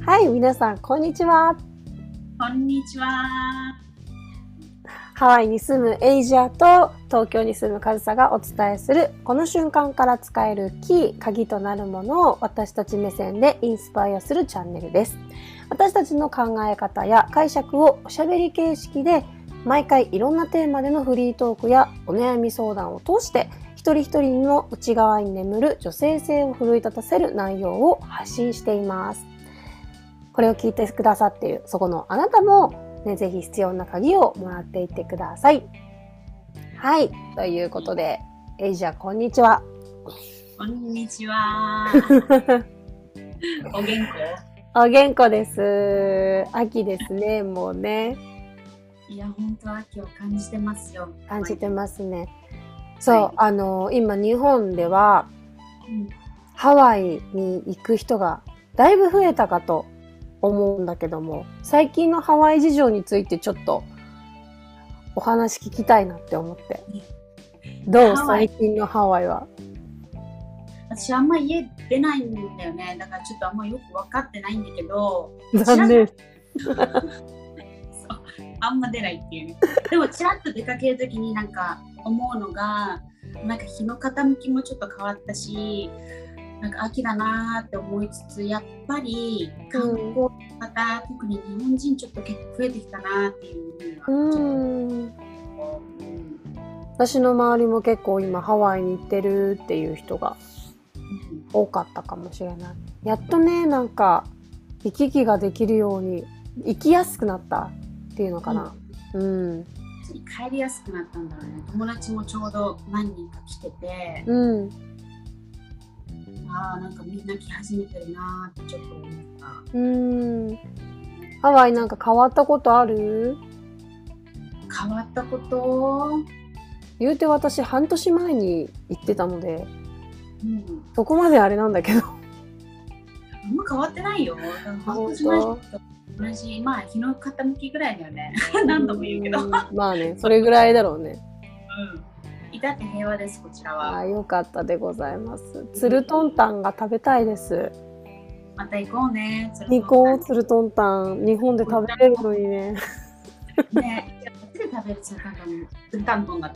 はい、皆さん、こんにちは。 こんにちは。 ハワイに住むエイジャと東京に住むカズサがお伝えする、この瞬間から使える鍵となるものを私たち目線でインスパイアするチャンネルです。私たちの考え方や解釈をおしゃべり形式で、毎回いろんなテーマでのフリートークやお悩み相談を通して、一人一人の内側に眠る女性性を奮い立たせる内容を発信しています。これを聞いてくださっているそこのあなたも、ね、ぜひ必要な鍵をもらっていってください。はい、ということで、エイジャこんにちは。 こんにちは。お元気？お元気です。秋ですね、もうね。 いや、本当秋を感じてますよ。 感じてますね。そう、はい、今日本では、ハワイに行く人がだいぶ増えたかと思うんだけども、最近のハワイ事情についてちょっとお話聞きたいなって思って。どう？最近のハワイは。 私あんま家出ないんだよね。だからちょっとあんまよく分かってないんだけど。 残念。 あんま出ないっていうね。でもちらっと出かけるときになんか思うのが、なんか日の傾きもちょっと変わったし、なんか秋だなーって思いつつ、やっぱり観光の方、特に日本人ちょっと結構増えてきたなーっていうのが私の周りも結構今ハワイに行ってるっていう人が多かったかもしれない。やっとね、なんか行き来ができるように、行きやすくなったっていうのかな。 帰りやすくなったんだろうね。友達もちょうど何人か来てて、なんかみんな来始めてるなーってちょっと思った。 ハワイなんか変わったことある？ 変わったこと？ 言うて私半年前に行ってたので、そこまであれなんだけど。 あんま変わってないよ。半年前と同じ、まあ日の傾きぐらいだよね。何度も言うけど。 まあね、それぐらいだろうね。 至って平和です、こちらは。 よかったでございます。ツルトンタンが食べたいです。 また行こうね。 行こう、ツルトンタン。日本で食べれるのにね。 ね、手で食べるツルタントンだって。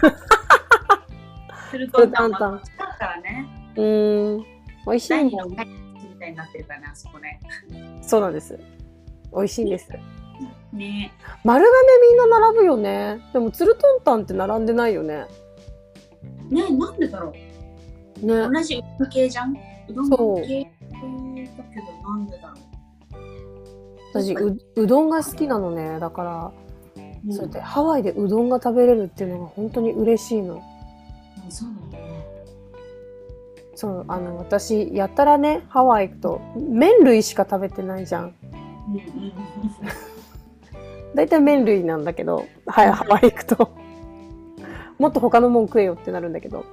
ツルトンタンも使うからね。 美味しいもん。 みたいになってるからね、あそこね。 そうなんです。美味しいんです。 ね、 丸亀みんな並ぶよね。でもツルトンタンって並んでないよね。 ね、なんでだろう。ね、同じうどん系じゃん。うどん系だけどなんでだろう。 私 うどんが好きなのね。だから、そうやってハワイでうどんが食べれるっていうのが本当に嬉しいの。 そうなんだね。 そう、私やったらね、ハワイ行くと麺類しか食べてないじゃん。だいたい麺類なんだけど、ハワイ行くともっと他のもん食えよってなるんだけど。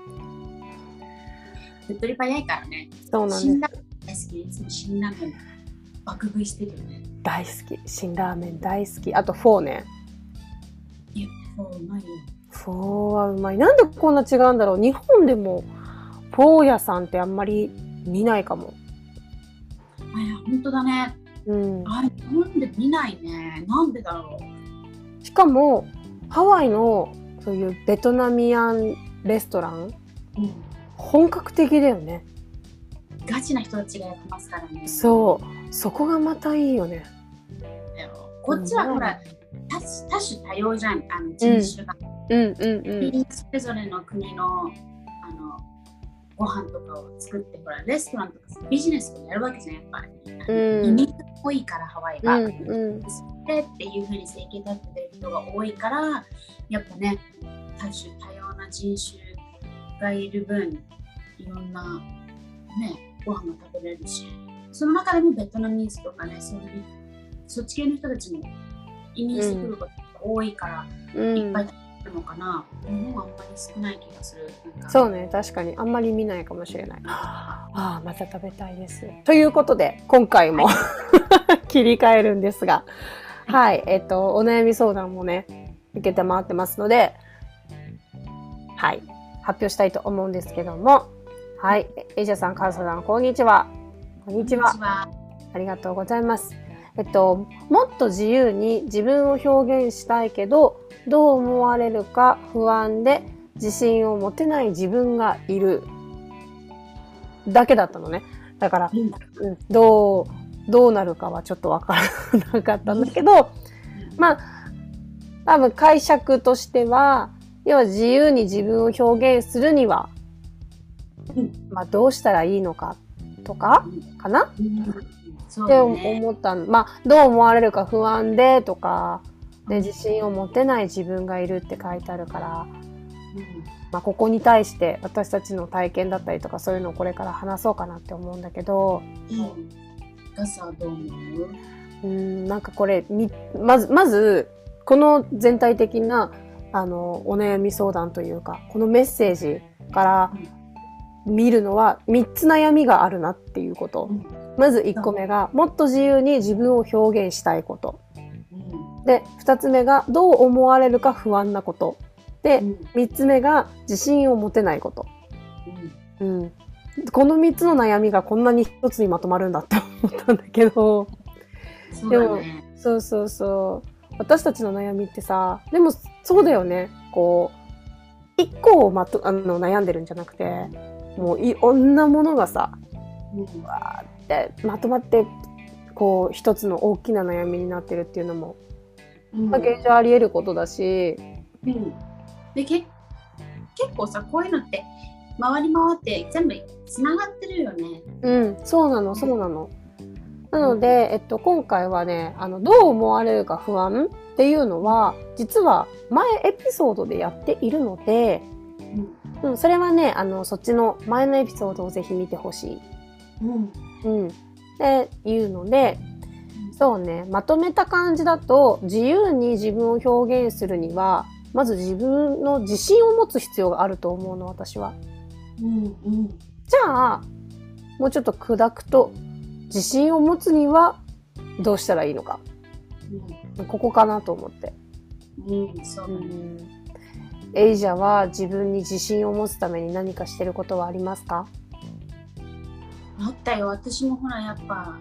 手っ取り早いからね。 そうなんです。 辛ラーメン大好き。いつも辛ラーメン爆食いしてるよね。 大好き。辛ラーメン大好き。あとフォーね。 いや、フォーうまいよ。 フォーはうまい。なんでこんな違うんだろう。日本でもフォー屋さんってあんまり見ないかも。 本当だね。日本で見ないね。なんでだろう。しかもハワイのそういうベトナミアンレストラン、本格的だよね。 ガチな人たちがやってますからね。 そう、そこがまたいいよね。 こっちはほら、多種多様じゃん、人種が。それぞれの国のご飯とかを作って、ほらレストランとかビジネスをやるわけじゃん、やっぱり。移民が多いからハワイが。それっていう風に生計立ってる人が多いから、やっぱね、多種多様な人種がいる分、いろんなね、ご飯が食べれるし、その中でもベトナミーズとかね、そっち系の人たちも移民してくることが多いから、いっぱい食べるのかな。日本はあんまり少ない気がする。 そうね、確かにあんまり見ないかもしれない。また食べたいです。ということで今回も、切り替えるんですが、お悩み相談もね受けて回ってますので、発表したいと思うんですけども、エイジャさん、カズさん、こんにちは。 こんにちは。 ありがとうございます。もっと自由に自分を表現したいけど、どう思われるか不安で自信を持てない自分がいる。だけだったのね。だから、どうなるかはちょっとわからなかったんだけど、まあ、多分解釈としては、要は自由に自分を表現するには、まあどうしたらいいのかとかかな、って思ったの。まあどう思われるか不安でとか、で自信を持てない自分がいるって書いてあるから、まあここに対して私たちの体験だったりとかそういうのをこれから話そうかなって思うんだけど、 ガサはどう思う？ なんかこれまずこの全体的なお悩み相談というかこのメッセージから見るのは3つ悩みがあるなっていうこと。まず1個目がもっと自由に自分を表現したいこと。で、2つ目がどう思われるか不安なこと。で、3つ目が自信を持てないこと。この3つの悩みがこんなに1つにまとまるんだって思ったんだけど。でも、そう。私たちの悩みってさ、でもそうだよね。こう、1個を悩んでるんじゃなくて、もういろんなものがさ、わーってまとまってこう一つの大きな悩みになってるっていうのも、現状あり得ることだし、 で結構さこういうのって回り回って全部つながってるよね。 そうなの。なので、今回はねどう思われるか不安っていうのは実は前エピソードでやっているので、それはねそっちの前のエピソードをぜひ見てほしい。っていうので、そうね、まとめた感じだと自由に自分を表現するにはまず自分の自信を持つ必要があると思うの、私は。じゃあもうちょっと砕くと自信を持つにはどうしたらいいのか、ここかなと思って。エイジャは自分に自信を持つために何かしてることはありますか？ あったよ。私もほらやっぱ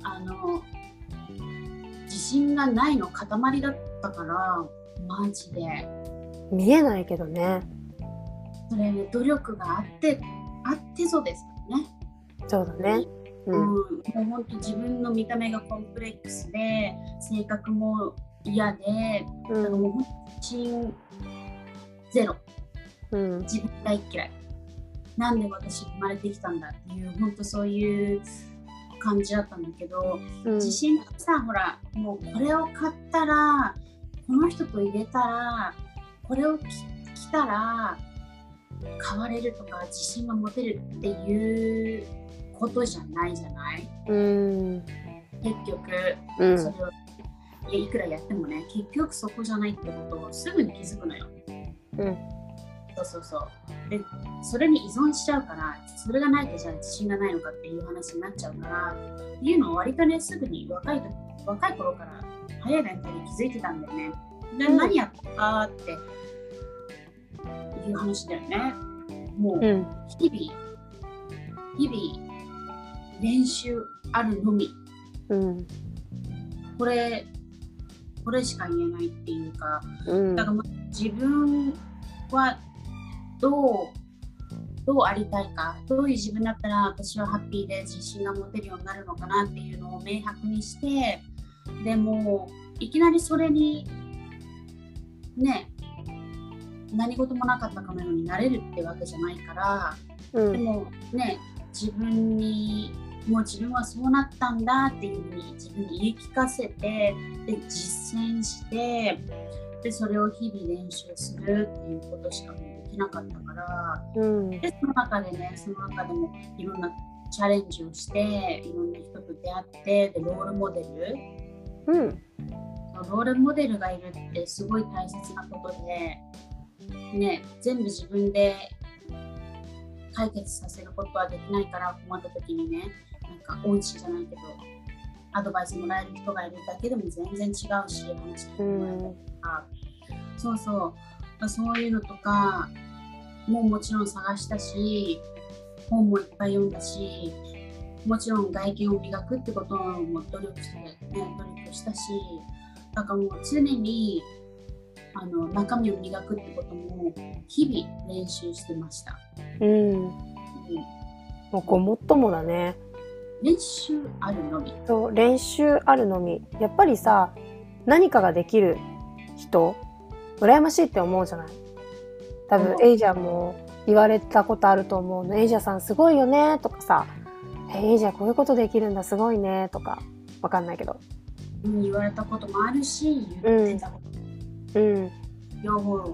自信がないの塊だったからマジで見えないけどね。 それね努力があってそうですよね。 そうだね。 もう本当自分の見た目がコンプレックスで性格も嫌で、だからもう本当自信ゼロ、自分大嫌い。なんで私生まれてきたんだっていう本当そういう感じだったんだけど、自信ってさほらもうこれを買ったらこの人と入れたらこれを着たら変われるとか自信が持てるっていうことじゃないじゃない。結局、それをいくらやってもね結局そこじゃないってことをすぐに気づくのよ。そうでそれに依存しちゃうからそれがないとじゃあ自信がないのかっていう話になっちゃうからっていうのを割とねすぐに若い頃から早い段階で気づいてたんだよね。で、何やったかっていう話だよね。もう日々練習あるのみ、これしか言えないっていうか、だから自分はどうありたいか、どういう自分だったら私はハッピーで自信が持てるようになるのかなっていうのを明白にして、でもいきなりそれにね何事もなかったかのようになれるってわけじゃないから、でもね自分はそうなったんだっていうふうに自分に言い聞かせてで実践してでそれを日々練習するっていうことしかできなかったから、でその中でもいろんなチャレンジをしていろんな人と出会ってでロールモデルがいるってすごい大切なことで、ね、全部自分で解決させることはできないから困った時にねなんか恩師じゃないけどアドバイスもらえる人がいるだけでも全然違うし話聞いてもらえたりとか、そういうのとかもちろん探したし本もいっぱい読んだしもちろん外見を磨くってことも努力したし、だからもう常に中身を磨くってことも日々練習してました。 うん。もうごもっともだね。 練習あるのみ。 そう、練習あるのみ。やっぱりさ、何かができる人、羨ましいって思うじゃない。多分、エイジャも言われたことあると思うの。エイジャさんすごいよねとかさ、エイジャこういうことできるんだすごいねとか、わかんないけど。 言われたこともあるし、言ってたこと。両方。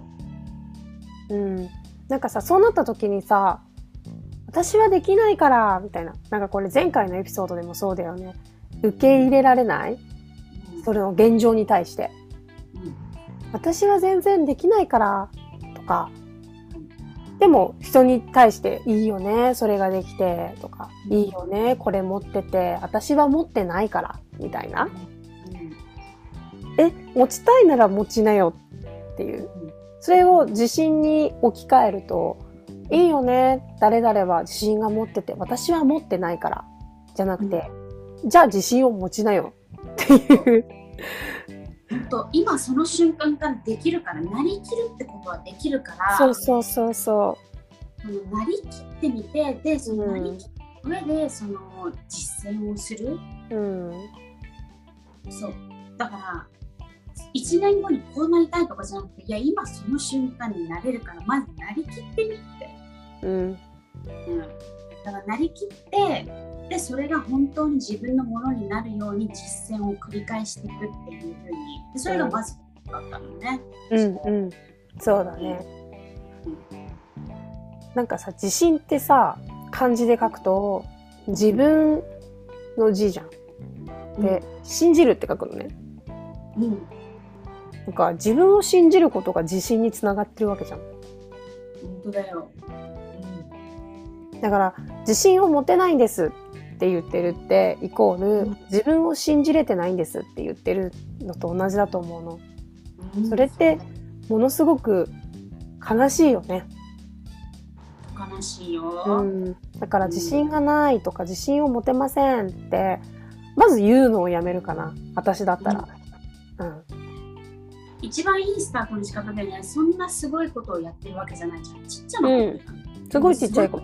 なんかさ、そうなった時にさ、私はできないからみたいな、なんかこれ前回のエピソードでもそうだよね。受け入れられない、それの現状に対して、私は全然できないからとか、でも人に対していいよねそれができてとか、いいよねこれ持ってて私は持ってないからみたいな、持ちたいなら持ちなよっていう、それを自信に置き換えると、いいよね誰々は自信が持ってて私は持ってないからじゃなくて、じゃあ自信を持ちなよっていう今その瞬間からできるから、なりきるってことはできるから、 そうなりきってみて、でそのなりきった上でその実践をする、そうだから1年後にこうなりたいとかじゃなくて、いや今その瞬間になれるからまずなりきってみて、だからなりきって、でそれが本当に自分のものになるように実践を繰り返していくっていう風に、でそれがまずだったのね。 そうだね。なんかさ、自信ってさ、漢字で書くと自分の字じゃん。で、信じるって書くのね。なんか自分を信じることが自信につながってるわけじゃん。 本当だよ。 だから自信を持てないんですって言ってるってイコール、自分を信じれてないんですって言ってるのと同じだと思うの。それってものすごく悲しいよね。 悲しいよ。 だから自信がないとか自信を持てませんってまず言うのをやめるかな、私だったら。一番いいスタートの仕方でね、そんなすごいことをやってるわけじゃないじゃん。ちっちゃなこと、 すごいちっちゃいこと。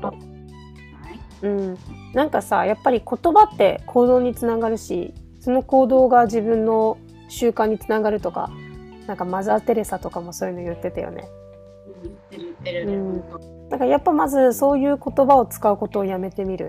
なんかさ、やっぱり言葉って行動につながるし、その行動が自分の習慣につながるとか、なんかマザー・テレサとかもそういうの言ってたよね。 言ってる。 だからやっぱまずそういう言葉を使うことをやめてみる。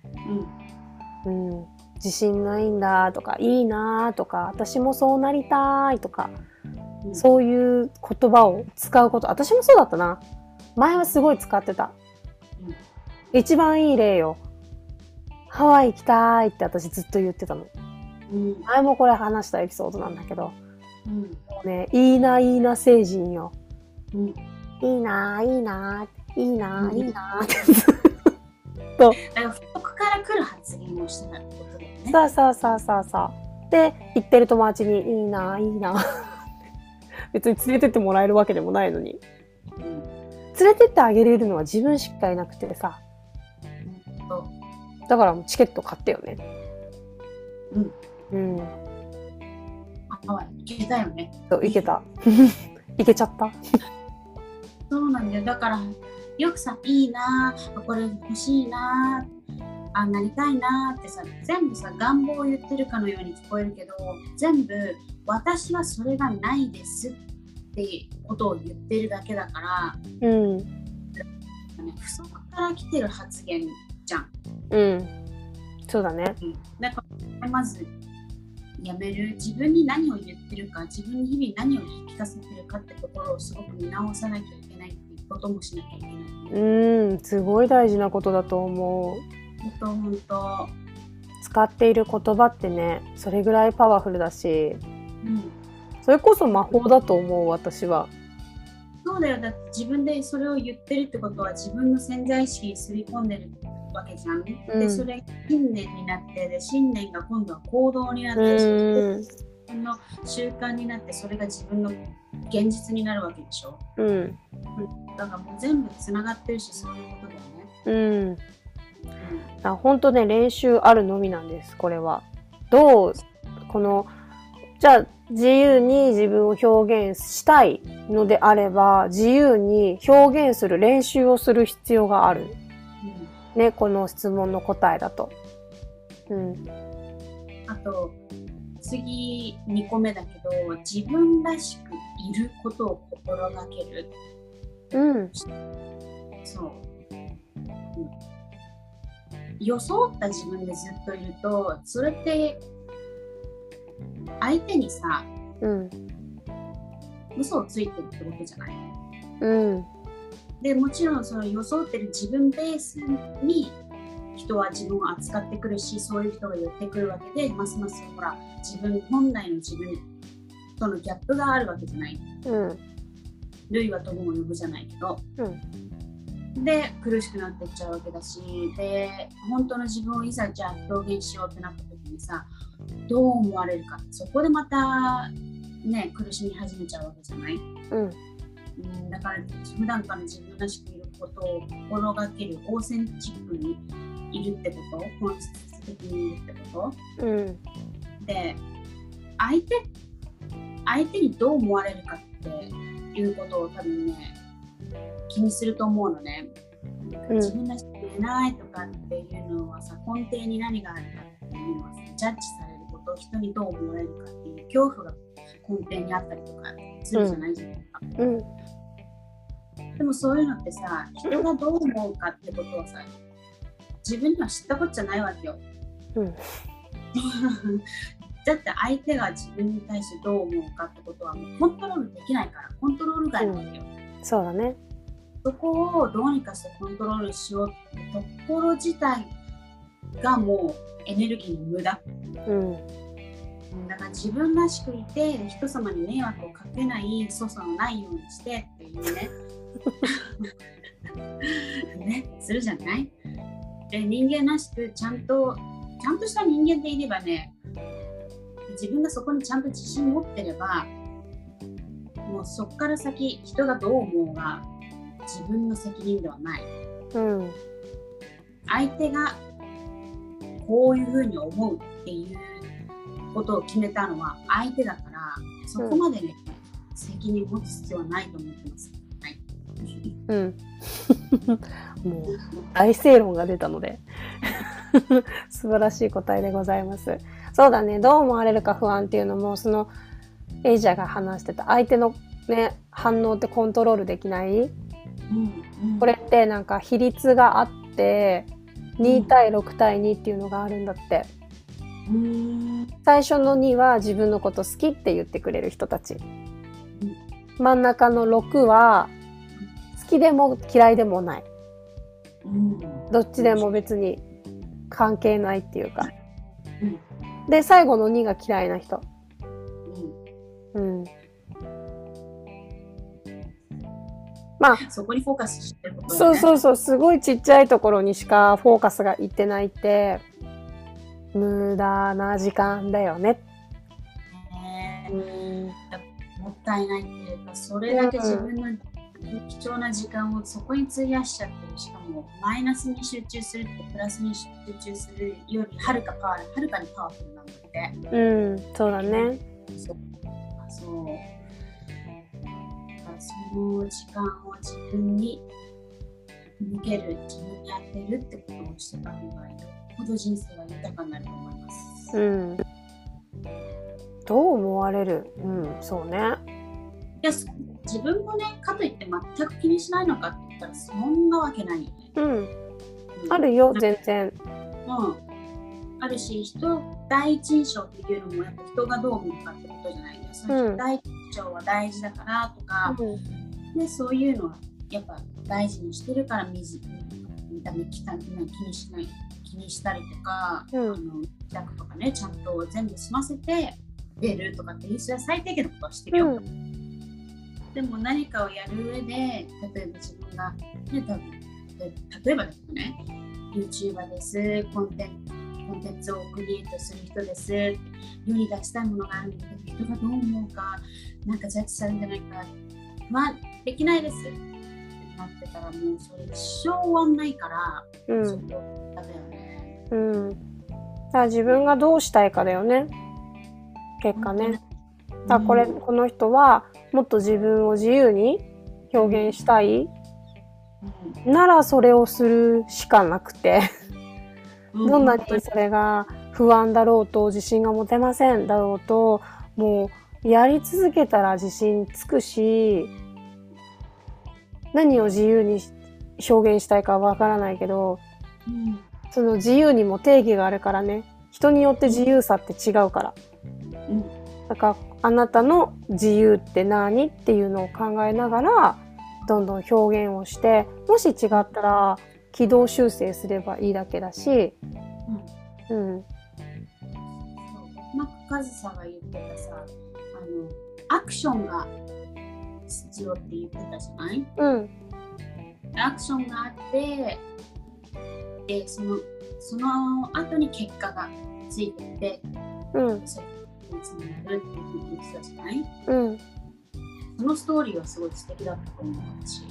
自信ないんだとか、いいなとか、私もそうなりたいとか、そういう言葉を使うこと、私もそうだったな。前はすごい使ってた。一番いい例よ。ハワイ行きたいって私ずっと言ってたの。前もこれ話したエピソードなんだけど、もうね、いいないいな成人よ。いいな、いいな、いいな、いいなってずっと。 だからそこから来る発言をしてたってことだよね。 そう。で、言ってる友達にいいな、いいな。別に連れてってもらえるわけでもないのに。連れてってあげれるのは自分しかいなくてさ。だからチケット買ってよね。 ハワイ行けたよね。 そう、行けた。行けちゃった。 そうなんだよ。だからよくさ、いいな、これ欲しいな、なりたいなってさ、全部さ願望を言ってるかのように聞こえるけど、全部私はそれがないですってことを言ってるだけだから、不足から来てる発言じゃん。 そうだね。 だからまずやめる、自分に何を言ってるか、自分に日々何を言い聞かせてるかってところをすごく見直さなきゃいけないっていうこともしなきゃいけない。 すごい大事なことだと思う。 本当。 使っている言葉ってね、それぐらいパワフルだし、それこそ魔法だと思う、私は。 そうだよ。だって自分でそれを言ってるってことは自分の潜在意識に刷り込んでるわけじゃん。で、それが信念になって、で信念が今度は行動になって、自分の習慣になって、それが自分の現実になるわけでしょ。だからもう全部つながってるし、そういうことだよね。 本当ね、練習あるのみなんです、これは。じゃあ、自由に自分を表現したいのであれば、自由に表現する練習をする必要がある。ね、この質問の答えだと。 あと、次2個目だけど、自分らしくいることを心がける。そう。装った自分でずっといると、それって相手にさ、嘘をついてるってことじゃない。でもちろんその装ってる自分ベースに人は自分を扱ってくるし、そういう人が寄ってくるわけで、ますますほら本来の自分とのギャップがあるわけじゃない。類は友を呼ぶじゃないけど、で苦しくなっていっちゃうわけだし、で本当の自分をいざじゃあ表現しようってなった時にさ、どう思われるか、そこでまたね苦しみ始めちゃうわけじゃない。だから普段から自分らしくいることを心がける、オーセンチックにいるってこと、本質的にいるってこと、で相手にどう思われるかっていうことを多分ね気にすると思うのね。自分らしく言えないとかっていうのはさ、根底に何があるかっていうのはさ、ジャッジされること、人にどう思われるかっていう恐怖が根底にあったりとかするじゃないですか。でもそういうのってさ、人がどう思うかってことはさ、自分には知ったことじゃないわけよ。だって相手が自分に対してどう思うかってことはもうコントロールできないから、コントロール外なわけよ。 そうだね。 そこをどうにかしてコントロールしようってところ自体がもうエネルギーの無駄。だから自分らしくいて人様に迷惑をかけない粗相のないようにしてっていうねね、するじゃない。で人間らしくちゃんとした人間でいればね、自分がそこにちゃんと自信を持ってれば、もうそこから先人がどう思うが自分の責任ではない。相手がこういうふうに思うっていうことを決めたのは相手だから、そこまでね、責任を持つ必要はないと思ってます。 もう大正論が出たので素晴らしい答えでございます。そうだね、どう思われるか不安っていうのも、そのエイジャが話してた相手のね反応ってコントロールできない、これってなんか比率があって2対6対2っていうのがあるんだって。最初の2は自分のこと好きって言ってくれる人たち、真ん中の6は好きでも嫌いでもない、どっちでも別に関係ないっていうか、で最後の2が嫌いな人。まあそこにフォーカスしてることだね。そうすごいちっちゃいところにしかフォーカスがいってないって無駄な時間だよね。 もったいないっていうか、それだけ自分の貴重な時間をそこに費やしちゃってる。しかもマイナスに集中するってプラスに集中するよりはるかにパワフルなんだって。 そうだね。 そうその時間を自分に向ける、自分に当てるってことをしてた方がよっぽど人生が豊かになると思います。 どう思われる？そうね。 いや、自分もね、かといって全く気にしないのかって言ったらそんなわけないよね。 あるよ、全然。 あるし、第一印象っていうのもやっぱ人がどう思うかってことじゃない。その第一印象は大事だからとか、でそういうのはやっぱ大事にしてるから見た目気にしたりとか、自宅とかね、ちゃんと全部済ませて出るとかっていう、それは最低限のことはしてるよ。でも何かをやる上で、例えば自分が、例えばですね、YouTuber です、コンテンツをクリエイトする人です、世に出したいものがあるので、人がどう思うか、なんかジャッジされるんじゃないか、できないですってなってたら、もうそれ一生終わんないから、そこだよね。 うん。だから自分がどうしたいかだよね。結果ね。だからこの人はもっと自分を自由に表現したい、ならそれをするしかなくて。どんなにそれが不安だろうと、自信が持てませんだろうと、もうやり続けたら自信つくし、何を自由に表現したいかわからないけど、その自由にも定義があるからね。人によって自由さって違うから。だからあなたの自由って何っていうのを考えながら、どんどん表現をして、もし違ったら軌道修正すればいいだけだし、 カズさんが言ってたさ、アクションが必要って言ってたじゃない？アクションがあって、その後に結果がついてて、それにつながるっていうふうに言ってたじゃない？そのストーリーはすごい素敵だったと思うし。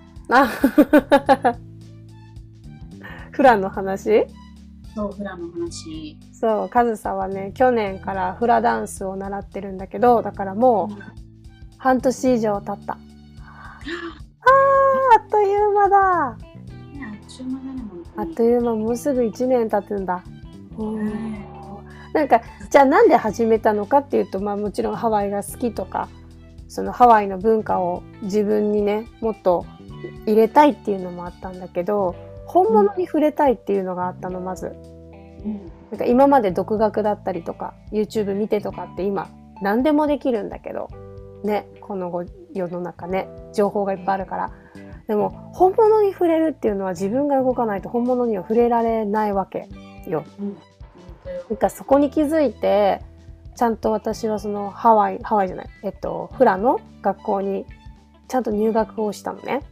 フラの話？ そう、フラの話。 そう、カズサはね、去年からフラダンスを習ってるんだけど、だからもう半年以上経った。あっという間だ。 あっという間だね、 あっという間、もうすぐ1年経つんだ。なんか、じゃあなんで始めたのかっていうと、もちろんハワイが好きとか、そのハワイの文化を自分にね、もっと入れたいっていうのもあったんだけど、本物に触れたいっていうのがあったの、まず。なんか今まで独学だったりとか、YouTube 見てとかって今、何でもできるんだけど、ね、この世の中ね、情報がいっぱいあるから。でも、本物に触れるっていうのは自分が動かないと本物には触れられないわけよ。なんかそこに気づいて、ちゃんと私はそのハワイじゃない、フラの学校にちゃんと入学をしたのね。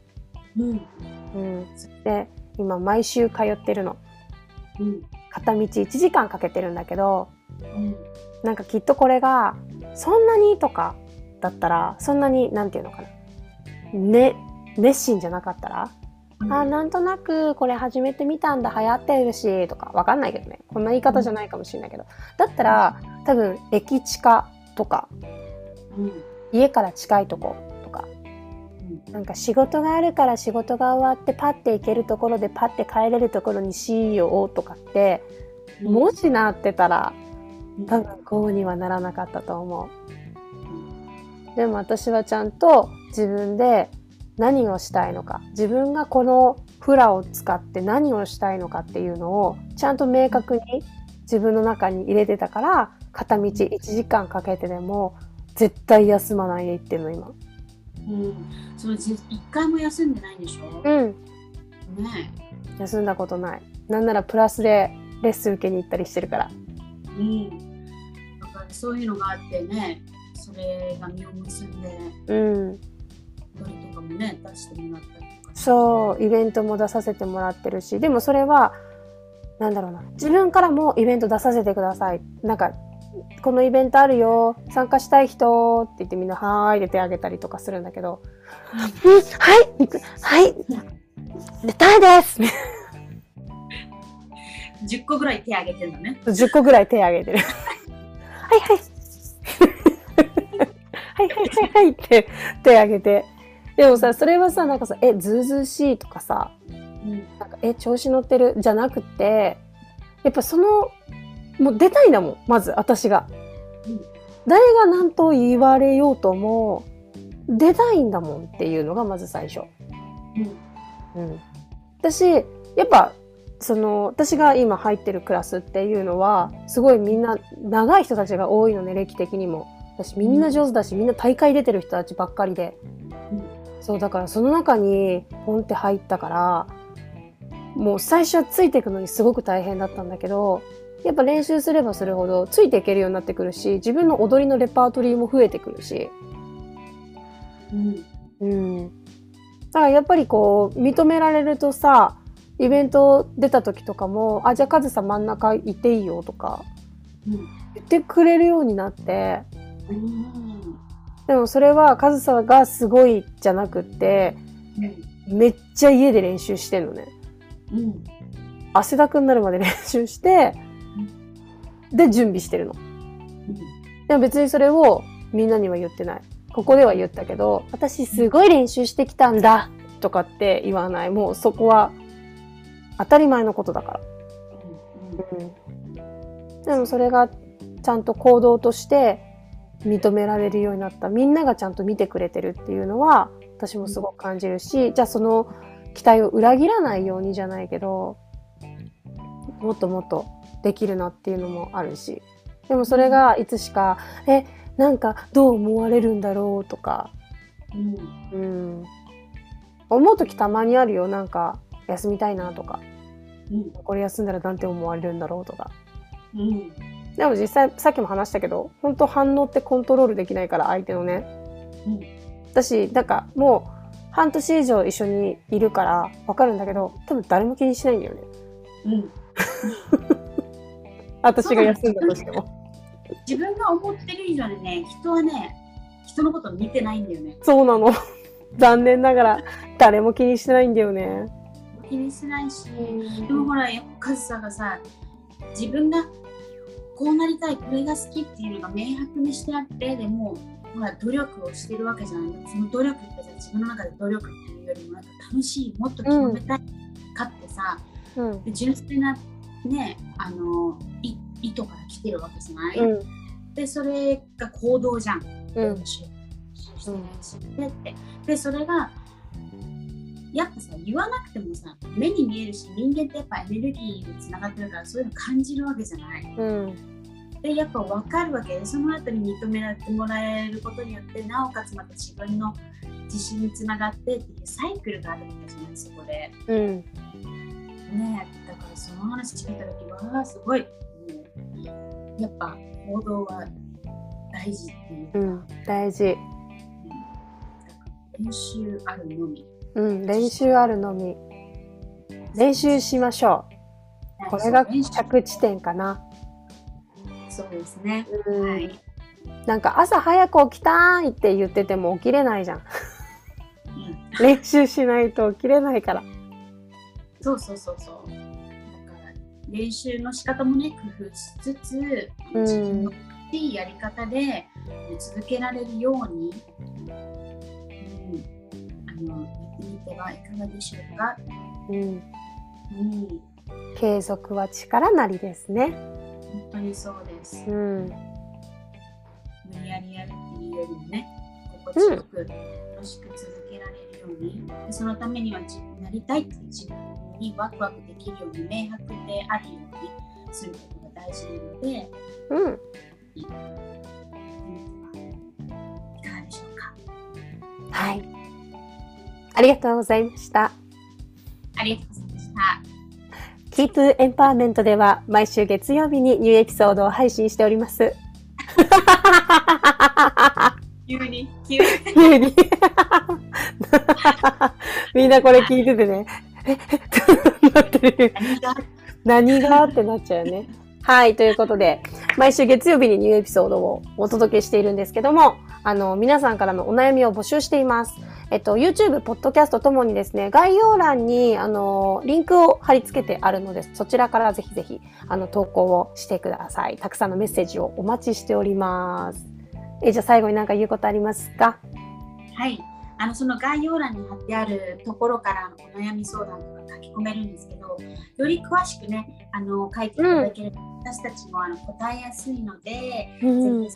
で、今毎週通ってるの。片道1時間かけてるんだけど、なんかきっとこれがそんなにとかだったら、そんなになんていうのかな、熱心じゃなかったら、なんとなくこれ始めてみたんだ、流行ってるしとか、わかんないけどね、こんな言い方じゃないかもしれないけど、だったら多分駅近とか、家から近いとことか、なんか仕事があるから仕事が終わってパッて行けるところでパッて帰れるところにしようとかって、もしなってたら多分こうにはならなかったと思う。でも私はちゃんと自分で何をしたいのか、自分がこのフラを使って何をしたいのかっていうのをちゃんと明確に自分の中に入れてたから、片道1時間かけてでも絶対休まないで行ってるの今。 その一回も休んでないんでしょ？ね、 休んだことない。なんならプラスでレッスン受けに行ったりしてるから。 だからそういうのがあってね、それが実を結んで、どれとかもね、出してもらったりとか。 そう、イベントも出させてもらってるし、でもそれは、なんだろうな、自分からもイベント出させてください。なんか、このイベントあるよ、参加したい人って言ってみんな、はーいって手挙げたりとかするんだけど、はい、出たいです 10個ぐらい手挙げてるのね。 10個ぐらい手挙げてる。はいって手挙げて。でもさ、それはさ、なんかさ、ずうずうしいとかさ、なんか調子乗ってるじゃなくて、やっぱもう出たいんだもん、まず私が。誰が何と言われようとも、出たいんだもんっていうのがまず最初。私、やっぱ、私が今入ってるクラスっていうのは、すごいみんな、長い人たちが多いのね、歴的にも。私みんな上手だし、みんな大会出てる人たちばっかりで。そう、だからその中に、ポンって入ったから、もう最初はついていくのにすごく大変だったんだけど、やっぱ練習すればするほどついていけるようになってくるし、自分の踊りのレパートリーも増えてくるし。だからやっぱりこう、認められるとさ、イベント出た時とかも、じゃあカズさん真ん中行っていいよとか、言ってくれるようになって、でもそれはカズさんがすごいじゃなくって、めっちゃ家で練習してんのね。 汗だくになるまで練習して、で、準備してるの。でも別にそれをみんなには言ってない。ここでは言ったけど、私すごい練習してきたんだとかって言わない。もうそこは当たり前のことだから。でもそれがちゃんと行動として認められるようになった。みんながちゃんと見てくれてるっていうのは私もすごく感じるし、じゃあその期待を裏切らないようにじゃないけど、もっともっとできるなっていうのもあるし。でもそれがいつしか、なんかどう思われるんだろうとか、思うときたまにあるよ。なんか休みたいなとか、これ休んだらなんて思われるんだろうとか。でも実際さっきも話したけど、本当反応ってコントロールできないから相手のね。私なんかもう半年以上一緒にいるからわかるんだけど、多分誰も気にしないんだよね。私が休んだとしても。 自分が思ってる以上にね、人はね、人のこと見てないんだよね。 そうなの。残念ながら誰も気にしてないんだよね。 気にしないし、でもほら、カズさんがさ、自分がこうなりたい、これが好きっていうのが明白にしてあって、でもほら努力をしてるわけじゃない。その努力ってさ、自分の中で努力っていうよりもなんか楽しい、もっと極めたいかってさ、で純粋なね、意図から来てるわけじゃない。で、それが行動じゃん。で、それがやっぱさ、言わなくてもさ、目に見えるし、人間ってやっぱエネルギーにつながってるから、そういうの感じるわけじゃない。で、やっぱ分かるわけで、その後に認められてもらえることによって、なおかつまた自分の自信につながってっていうサイクルがあるわけじゃない、そこで。ねえ、だからその話聞いた時は、すごい、やっぱ行動は大事っていうか。 大事。 練習あるのみ。 練習あるのみ。練習しましょう。これが着地点かな。 そうですね。 なんか朝早く起きたいって言ってても起きれないじゃん。練習しないと起きれないから。 そう。だから練習の仕方もね、工夫しつつ、自分のいいやり方で続けられるように、やってみてはいかがでしょうか。 継続は力なりですね。 本当にそうです。無理やりやるっていうよりもね、心地よく楽しく続けられるように、でそのためにはなりたいっていう自分にワクワクできるように明白であるようにすることが大事なので、やってみてはいかがでしょうか。 はい。ありがとうございました。 ありがとうございました。 Keep Empowerment では毎週月曜日にニューエピソードを配信しております。 急にみんなこれ聞いててね。何がってなっちゃうよね。はい、ということで、毎週月曜日にニューエピソードをお届けしているんですけども、皆さんからのお悩みを募集しています。YouTube、ポッドキャストともにですね、概要欄に、リンクを貼り付けてあるので、そちらからぜひぜひ、投稿をしてください。たくさんのメッセージをお待ちしております。じゃあ最後に何か言うことありますか？ はい。その概要欄に貼ってあるところからお悩み相談とか書き込めるんですけど、より詳しくね、書いていただければ、私たちも答えやすいので、ぜひ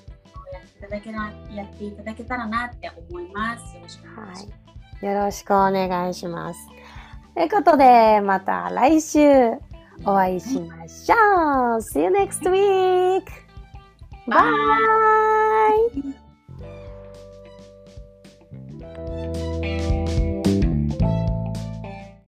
やっていただけたらなって思います。よろしくお願いします。 よろしくお願いします。ということで、また来週お会いしましょう。See you next week! Bye!